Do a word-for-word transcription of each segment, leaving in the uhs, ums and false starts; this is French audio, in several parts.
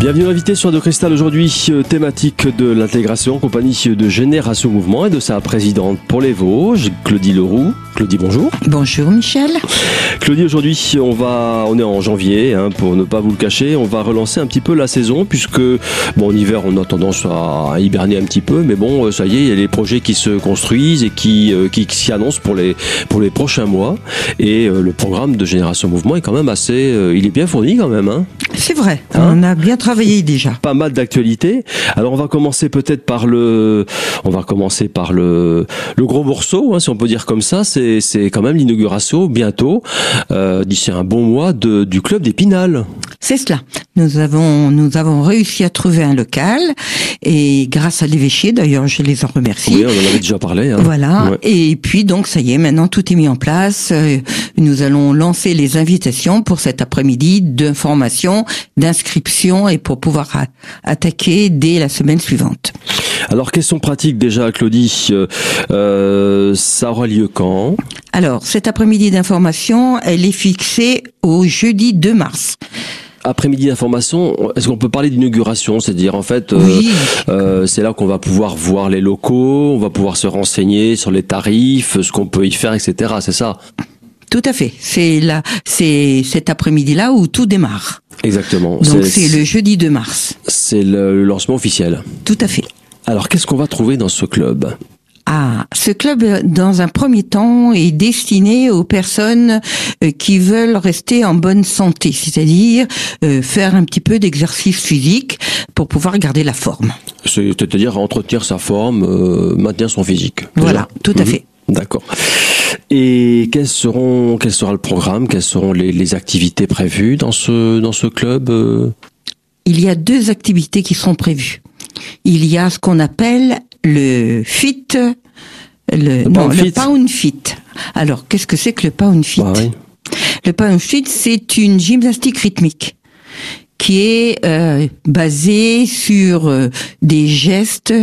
Bienvenue invité sur Radio Cristal aujourd'hui, thématique de l'intégration en compagnie de Génération Mouvement et de sa présidente pour les Vosges, Claudie Leroux. Claudie, bonjour. Bonjour Michel. Claudie, aujourd'hui on va, on est en janvier, hein, pour ne pas vous le cacher, on va relancer un petit peu la saison puisque bon, en hiver on a tendance à hiberner un petit peu, mais bon ça y est, il y a les projets qui se construisent et qui euh, qui, qui s'y annoncent pour les pour les prochains mois et euh, le programme de Génération Mouvement est quand même assez, euh, il est bien fourni quand même, hein. C'est vrai, Hein on a bien travaillé déjà. Pas mal d'actualités. Alors on va commencer peut-être par le, on va commencer par le, le gros morceau, hein, si on peut dire comme ça. C'est, c'est quand même l'inauguration bientôt, euh, d'ici un bon mois, de, du club d'Épinal. C'est cela. Nous avons, nous avons réussi à trouver un local et grâce à l'évêché, d'ailleurs, je les en remercie. Oui, on en avait déjà parlé. Hein. Voilà. Ouais. Et puis donc ça y est, maintenant tout est mis en place. Euh, Nous allons lancer les invitations pour cet après-midi d'information, d'inscription et pour pouvoir a- attaquer dès la semaine suivante. Alors question pratique déjà, Claudie, euh, euh, ça aura lieu quand ? Alors cet après-midi d'information, elle est fixée au jeudi deux mars. Après-midi d'information, est-ce qu'on peut parler d'inauguration ? C'est-à-dire, en fait, euh, Oui. euh, c'est là qu'on va pouvoir voir les locaux, on va pouvoir se renseigner sur les tarifs, ce qu'on peut y faire, et cetera. C'est ça ? Tout à fait. C'est là, c'est cet après-midi-là où tout démarre. Exactement. Donc c'est le jeudi deux mars. C'est le, le lancement officiel. Tout à fait. Alors, qu'est-ce qu'on va trouver dans ce club ? Ah, ce club, dans un premier temps, est destiné aux personnes euh, qui veulent rester en bonne santé, c'est-à-dire euh, faire un petit peu d'exercice physique pour pouvoir garder la forme. C'est-à-dire entretenir sa forme, euh, maintenir son physique. Voilà, tout à Mhm. fait. D'accord. Et quels seront, quel sera le programme, quelles seront les, les activités prévues dans ce dans ce club euh Il y a deux activités qui sont prévues. Il y a ce qu'on appelle le fit, le, Le non, pound le fit. pound fit. Alors, qu'est-ce que c'est que le pound fit? Bah oui. Le pound fit, c'est une gymnastique rythmique qui est euh, basée sur euh, des gestes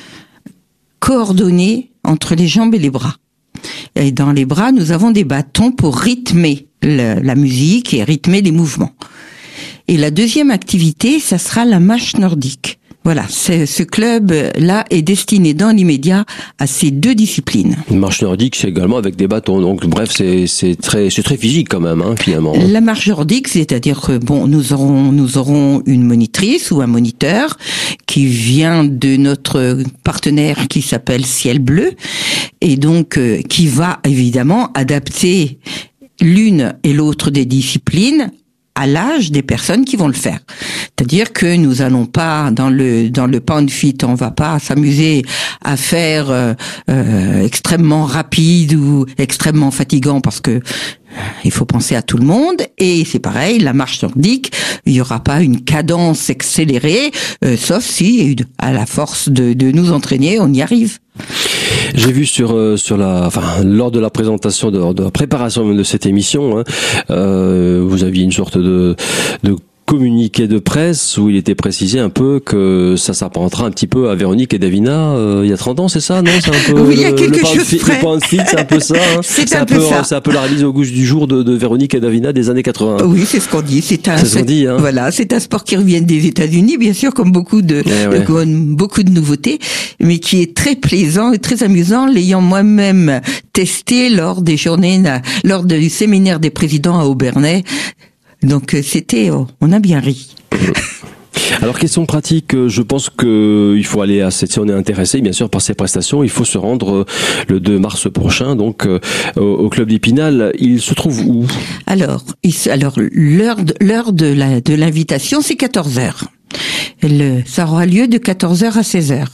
coordonnés entre les jambes et les bras. Et dans les bras, nous avons des bâtons pour rythmer le- la musique et rythmer les mouvements. Et la deuxième activité, ça sera la marche nordique. Voilà, c'est- ce club-là est destiné dans l'immédiat à ces deux disciplines. Une marche nordique, c'est également avec des bâtons. Donc, bref, c'est c'est très c'est très physique quand même, hein, finalement. La marche nordique, c'est-à-dire que bon, nous aurons nous aurons une monitrice ou un moniteur qui vient de notre partenaire qui s'appelle Ciel Bleu et donc euh, qui va évidemment adapter l'une et l'autre des disciplines à l'âge des personnes qui vont le faire. C'est-à-dire que nous allons pas dans le dans le pound fit, on va pas s'amuser à faire euh, euh, extrêmement rapide ou extrêmement fatigant parce que il faut penser à tout le monde. Et c'est pareil, la marche nordique, il y aura pas une cadence accélérée, euh, sauf si à la force de, de nous entraîner, on y arrive. J'ai vu sur euh, sur la, enfin, lors de la présentation, de, de la préparation de cette émission, hein, euh, vous aviez une sorte de de communiqué de presse où il était précisé un peu que ça s'apparentera un petit peu à Véronique et Davina euh, il y a trente ans, c'est ça, non? C'est un peu Oui, il y a le- quelque le pound chose fit- près. le pound fit, c'est un peu ça. Hein. C'est un peu peu ça. C'est un peu la remise au goût du jour de, de Véronique et Davina des années quatre-vingts. Oui, c'est ce qu'on dit. C'est un, C'est ce qu'on dit, hein. Voilà, c'est un sport qui revient des États-Unis, bien sûr, comme beaucoup de, Eh ouais. comme beaucoup de nouveautés, mais qui est très plaisant et très amusant, l'ayant moi-même testé lors des journées, na- lors du séminaire des présidents à Aubernais. Donc euh, c'était, oh, on a bien ri. Alors, question pratique, euh, je pense que il faut aller à cette, si on est intéressé, bien sûr, par ces prestations, il faut se rendre euh, le deux mars prochain, donc, euh, au, au club d'Épinal. Il se trouve où? Alors, il se- alors l'heure de, l'heure de la de l'invitation, c'est quatorze heures. Le, ça aura lieu de quatorze heures à seize heures.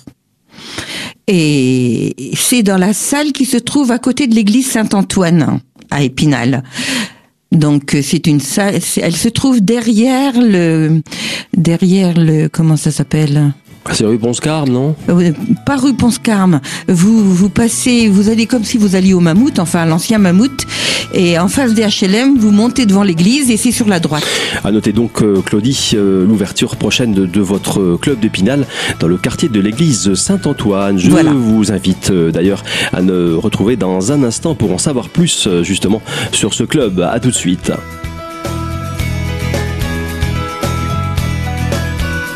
Et c'est dans la salle qui se trouve à côté de l'église Saint-Antoine à Épinal. Donc euh, c'est une salle, c'est- elle se trouve derrière le derrière le comment ça s'appelle? C'est rue Ponscarme, non? Euh, Pas rue Ponscarme. Vous vous passez, vous allez comme si vous alliez au Mammouth, enfin à l'ancien Mammouth, et en face des H L M, vous montez devant l'église et c'est sur la droite. À noter donc, euh, Claudie, euh, l'ouverture prochaine de, de votre club d'Épinal dans le quartier de l'église Saint-Antoine. Je Voilà. vous invite euh, d'ailleurs à nous retrouver dans un instant pour en savoir plus euh, justement sur ce club. À tout de suite.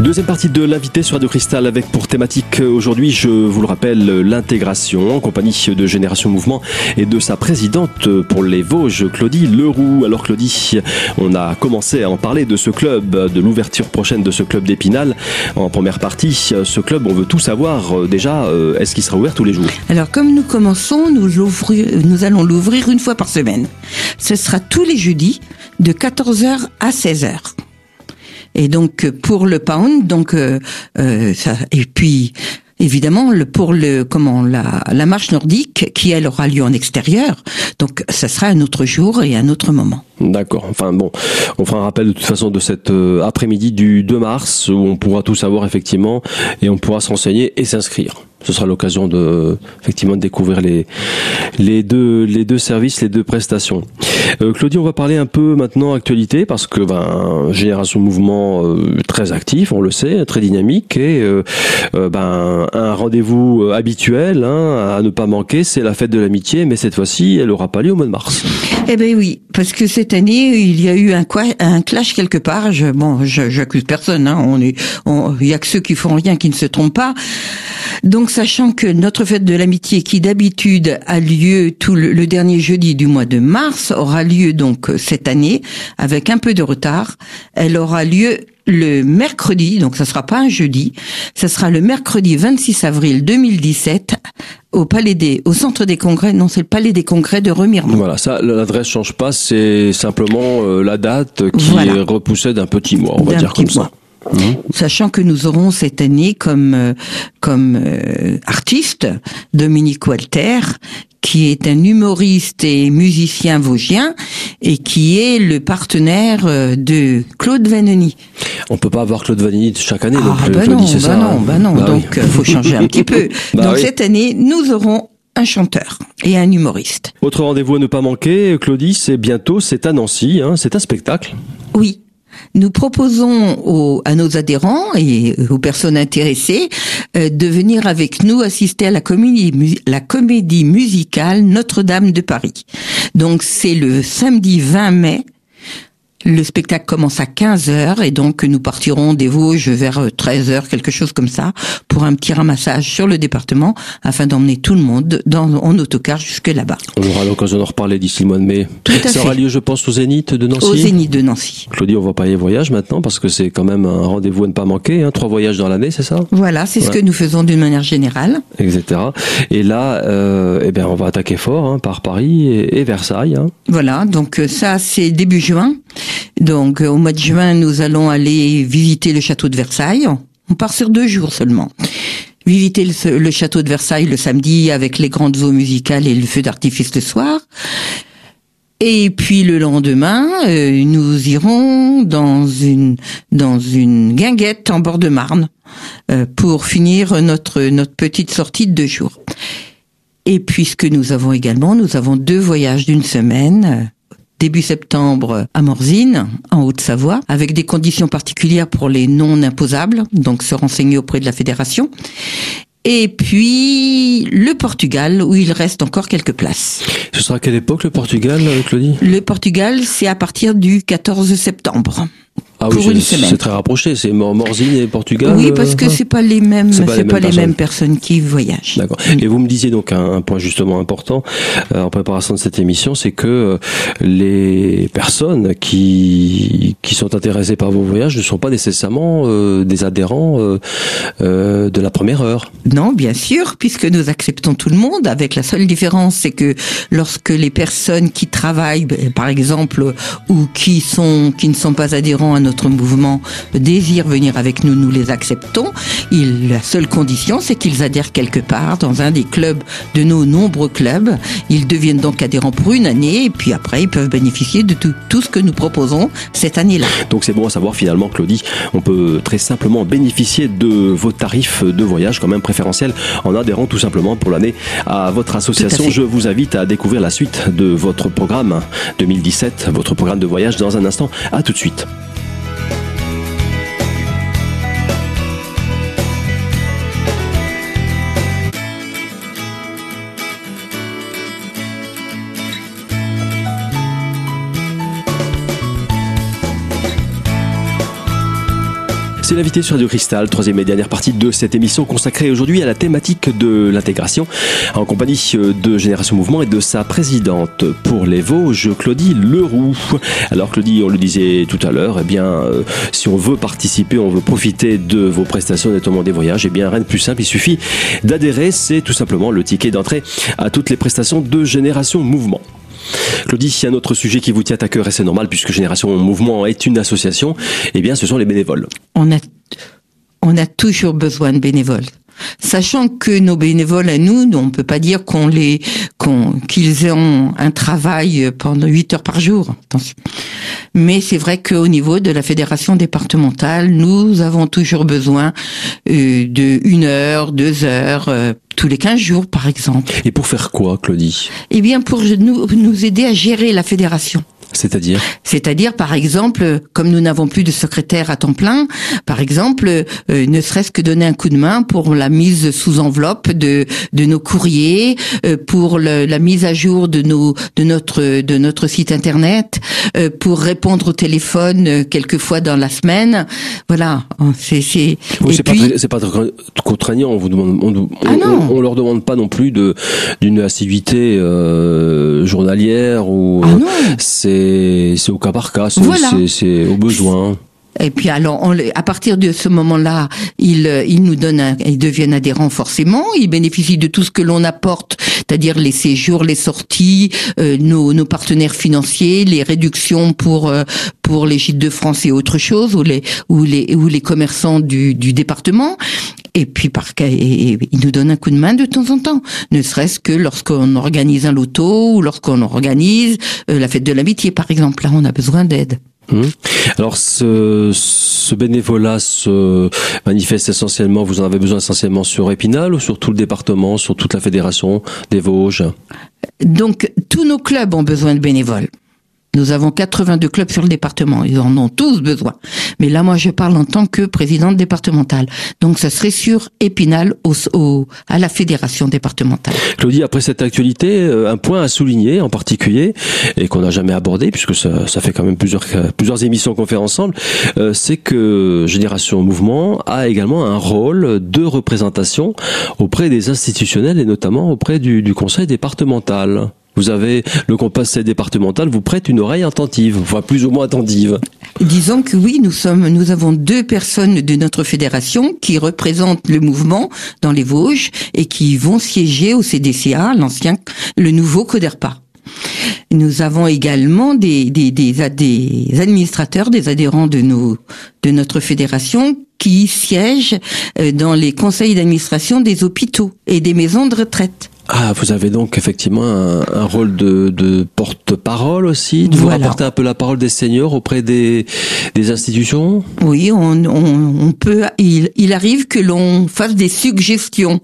Deuxième partie de l'invité sur Radio Cristal avec pour thématique aujourd'hui, je vous le rappelle, l'intégration en compagnie de Génération Mouvement et de sa présidente pour les Vosges, Claudie Leroux. Alors Claudie, on a commencé à en parler de ce club, de l'ouverture prochaine de ce club d'Épinal. En première partie, ce club, on veut tout savoir déjà, est-ce qu'il sera ouvert tous les jours? Alors comme nous commençons, nous, nous allons l'ouvrir une fois par semaine. Ce sera tous les jeudis de quatorze heures à seize heures. Et donc pour le pound, donc euh, euh, ça, et puis évidemment le pour le comment la la marche nordique qui elle aura lieu en extérieur. Donc ça sera un autre jour et un autre moment. D'accord. Enfin bon, on fera un rappel de toute façon de cet euh, après-midi du deux mars où on pourra tout savoir effectivement et on pourra se renseigner et s'inscrire. Ce sera l'occasion de effectivement de découvrir les les deux les deux services, les deux prestations. Euh, Claudie, on va parler un peu maintenant actualité parce que ben Génération Mouvement euh, très actif, on le sait, très dynamique et euh, euh, ben un rendez-vous habituel hein, à ne pas manquer, c'est la fête de l'amitié, mais cette fois-ci, elle aura pas lieu au mois de mars. Eh ben oui, parce que cette année il y a eu un quoi un clash quelque part. Je, bon, je, j'accuse personne. Hein, on est, on, il y a que ceux qui font rien qui ne se trompent pas. Donc, sachant que notre fête de l'amitié, qui d'habitude a lieu tout le, le dernier jeudi du mois de mars, aura lieu donc cette année avec un peu de retard. Elle aura lieu le mercredi, donc ça sera pas un jeudi, ça sera le mercredi vingt-six avril deux mille dix-sept au Palais des, au Centre des Congrès. Non, c'est le Palais des Congrès de Remiremont. Voilà, ça, l'adresse change pas, c'est simplement euh, la date qui voilà. est repoussée d'un petit mois, on va dire comme mois. ça. Mmh. Sachant que nous aurons cette année comme euh, comme euh, artiste Dominique Walter, qui est un humoriste et musicien vosgien et qui est le partenaire de Claude Vanoni. On peut pas avoir Claude Vanoni chaque année. Ah donc, bah, Claudie, non, c'est bah ça, non, hein. bah non, bah donc il oui. faut changer un petit peu. Bah donc oui. cette année, nous aurons un chanteur et un humoriste. Autre rendez-vous à ne pas manquer, Claudie, c'est bientôt, c'est à Nancy, hein, c'est un spectacle. Oui. Nous proposons aux, à nos adhérents et aux personnes intéressées euh, de venir avec nous assister à la comédie, la comédie musicale Notre-Dame de Paris. Donc c'est le samedi vingt mai. Le spectacle commence à quinze heures et donc nous partirons des Vosges vers treize heures, quelque chose comme ça, pour un petit ramassage sur le département afin d'emmener tout le monde dans, en autocar jusque là-bas. On aura l'occasion d'en reparler d'ici le mois de mai. Tout à ça fait. aura lieu, je pense, au Zénith de Nancy. Au Zénith de Nancy. Claudie, on va parler voyage maintenant parce que c'est quand même un rendez-vous à ne pas manquer. Hein. Trois voyages dans l'année, c'est ça? Voilà, c'est ouais. ce que nous faisons d'une manière générale. et cetera. Et là, euh, eh bien, on va attaquer fort hein, par Paris et, et Versailles. Hein. Voilà, donc ça c'est début juin. Donc au mois de juin, nous allons aller visiter le château de Versailles. On part sur deux jours seulement. Visiter le, le château de Versailles le samedi avec les grandes eaux musicales et le feu d'artifice le soir. Et puis le lendemain, euh, nous irons dans une dans une guinguette en bord de Marne euh, pour finir notre notre petite sortie de deux jours. Et puisque nous avons également, nous avons deux voyages d'une semaine. Début septembre à Morzine, en Haute-Savoie, avec des conditions particulières pour les non imposables, donc se renseigner auprès de la fédération. Et puis le Portugal, où il reste encore quelques places. Ce sera à quelle époque le Portugal, Claudie? Le Portugal, c'est à partir du quatorze septembre. Ah oui, c'est, c'est très rapproché, c'est Morzine et Portugal. Oui, parce que euh, c'est pas les mêmes, c'est pas, c'est les, pas mêmes les mêmes personnes qui voyagent. D'accord. Et vous me disiez donc un, un point justement important euh, en préparation de cette émission, c'est que euh, les personnes qui qui sont intéressées par vos voyages ne sont pas nécessairement euh, des adhérents euh, euh, de la première heure. Non, bien sûr, puisque nous acceptons tout le monde. Avec la seule différence, c'est que lorsque les personnes qui travaillent, par exemple, ou qui sont qui ne sont pas adhérents à notre mouvement désirent venir avec nous, nous les acceptons. Il, la seule condition, c'est qu'ils adhèrent quelque part dans un des clubs de nos nombreux clubs. Ils deviennent donc adhérents pour une année et puis après, ils peuvent bénéficier de tout, tout ce que nous proposons cette année-là. Donc c'est bon à savoir finalement, Claudie, on peut très simplement bénéficier de vos tarifs de voyage quand même préférentiels en adhérant tout simplement pour l'année à votre association. Je vous invite à découvrir la suite de votre programme deux mille dix-sept, votre programme de voyage dans un instant. À tout de suite. C'est l'invité sur Radio Cristal, troisième et dernière partie de cette émission consacrée aujourd'hui à la thématique de l'intégration, en compagnie de Génération Mouvement et de sa présidente pour les Vosges, Claudie Leroux. Alors Claudie, on le disait tout à l'heure, eh bien, euh, si on veut participer, on veut profiter de vos prestations, notamment des voyages, eh bien rien de plus simple, il suffit d'adhérer, c'est tout simplement le ticket d'entrée à toutes les prestations de Génération Mouvement. Claudie, s'il y a un autre sujet qui vous tient à cœur, et c'est normal puisque Génération Mouvement est une association, eh bien ce sont les bénévoles. On a, on a toujours besoin de bénévoles. Sachant que nos bénévoles à nous, on ne peut pas dire qu'on les, qu'on, qu'ils ont un travail pendant huit heures par jour. Attention. Mais c'est vrai qu'au niveau de la fédération départementale, nous avons toujours besoin euh, de une heure, deux heures, euh, tous les quinze jours par exemple. Et pour faire quoi, Claudie ? Eh bien pour nous, nous aider à gérer la fédération. C'est-à-dire ? C'est-à-dire, par exemple, comme nous n'avons plus de secrétaire à temps plein, par exemple, euh, ne serait-ce que donner un coup de main pour la mise sous enveloppe de de nos courriers, euh, pour le, la mise à jour de nos de notre de notre site internet, euh, pour répondre au téléphone euh, quelques fois dans la semaine. Voilà, c'est c'est. Oui, et c'est puis, pas très, c'est pas très contraignant. On vous demande, on, on, ah non. on, on leur demande pas non plus de d'une assiduité euh, journalière ou. Ah non. C'est c'est au cas par cas, c'est, voilà. c'est, c'est au besoin. Et puis alors, on, à partir de ce moment-là, ils, ils nous donnent, un, ils deviennent adhérents forcément. Ils bénéficient de tout ce que l'on apporte, c'est-à-dire les séjours, les sorties, euh, nos, nos partenaires financiers, les réductions pour euh, pour les gîtes de France et autres choses, ou les ou les ou les commerçants du, du département. Et puis par cas, et, et, ils nous donnent un coup de main de temps en temps, ne serait-ce que lorsqu'on organise un loto ou lorsqu'on organise euh, la fête de l'amitié, par exemple. Là, on a besoin d'aide. Mmh. Alors ce, ce bénévolat se manifeste essentiellement, vous en avez besoin essentiellement sur Épinal ou sur tout le département, sur toute la fédération des Vosges ? Donc tous nos clubs ont besoin de bénévoles. Nous avons quatre-vingt-deux clubs sur le département. Ils en ont tous besoin. Mais là, moi, je parle en tant que présidente départementale. Donc, ça serait sur Épinal, au, au, à la fédération départementale. Claudie, après cette actualité, un point à souligner en particulier, et qu'on n'a jamais abordé, puisque ça, ça fait quand même plusieurs, plusieurs émissions qu'on fait ensemble, euh, c'est que Génération Mouvement a également un rôle de représentation auprès des institutionnels et notamment auprès du, du conseil départemental. Vous avez, le conseil départemental vous prête une oreille attentive, enfin plus ou moins attentive. Disons que oui, nous sommes, nous avons deux personnes de notre fédération qui représentent le mouvement dans les Vosges et qui vont siéger au C D C A, l'ancien, le nouveau CODERPA. Nous avons également des, des, des, des administrateurs, des adhérents de nos, de notre fédération qui siègent dans les conseils d'administration des hôpitaux et des maisons de retraite. Ah, vous avez donc effectivement un, un rôle de, de porte-parole aussi, de voilà. vous rapporter un peu la parole des seniors auprès des, des institutions. Oui, on, on, on peut. Il, il arrive que l'on fasse des suggestions.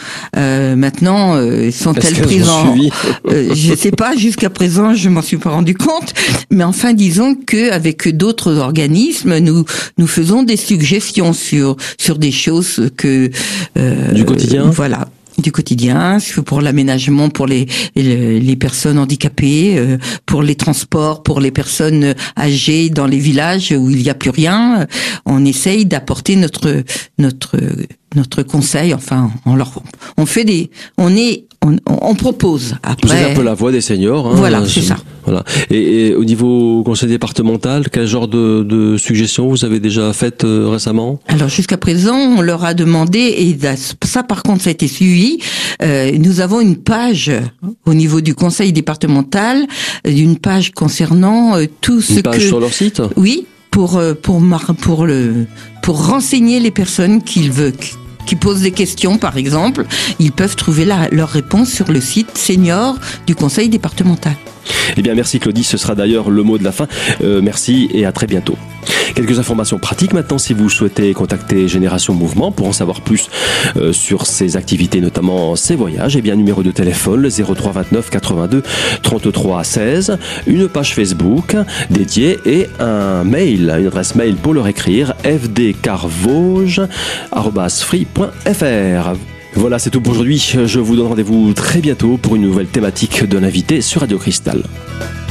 Euh, maintenant, euh, sont-elles prises en euh, je sais pas. Jusqu'à présent, je m'en suis pas rendu compte. Mais enfin, disons que avec d'autres organismes, nous nous faisons des suggestions sur sur des choses que euh, du quotidien. Voilà. Du quotidien, pour l'aménagement, pour les les, les personnes handicapées, euh, pour les transports, pour les personnes âgées dans les villages où il n'y a plus rien. On essaye d'apporter notre notre notre conseil. Enfin, on leur on fait des on est on, on propose. Après, vous êtes un peu la voix des seniors. Hein, voilà, c'est ça. Voilà. Et, et au niveau conseil départemental, quel genre de, de suggestions vous avez déjà faites euh, récemment ? Alors jusqu'à présent, on leur a demandé, et ça par contre ça a été suivi, euh, nous avons une page au niveau du conseil départemental, une page concernant euh, tout ce que... Une page sur leur site ? Oui, pour, pour, pour, le, pour renseigner les personnes qu'ils veulent... qui posent des questions, par exemple, ils peuvent trouver la, leur réponse sur le site senior du conseil départemental. Eh bien, merci Claudie, ce sera d'ailleurs le mot de la fin. Euh, merci et à très bientôt. Quelques informations pratiques maintenant si vous souhaitez contacter Génération Mouvement pour en savoir plus euh, sur ses activités, notamment ses voyages. Eh bien, numéro de téléphone le zéro trois vingt-neuf quatre-vingt-deux trente-trois seize, une page Facebook dédiée et un mail, une adresse mail pour leur écrire f d carvosges arobase free point f r. Voilà, c'est tout pour aujourd'hui. Je vous donne rendez-vous très bientôt pour une nouvelle thématique de l'invité sur Radio Cristal.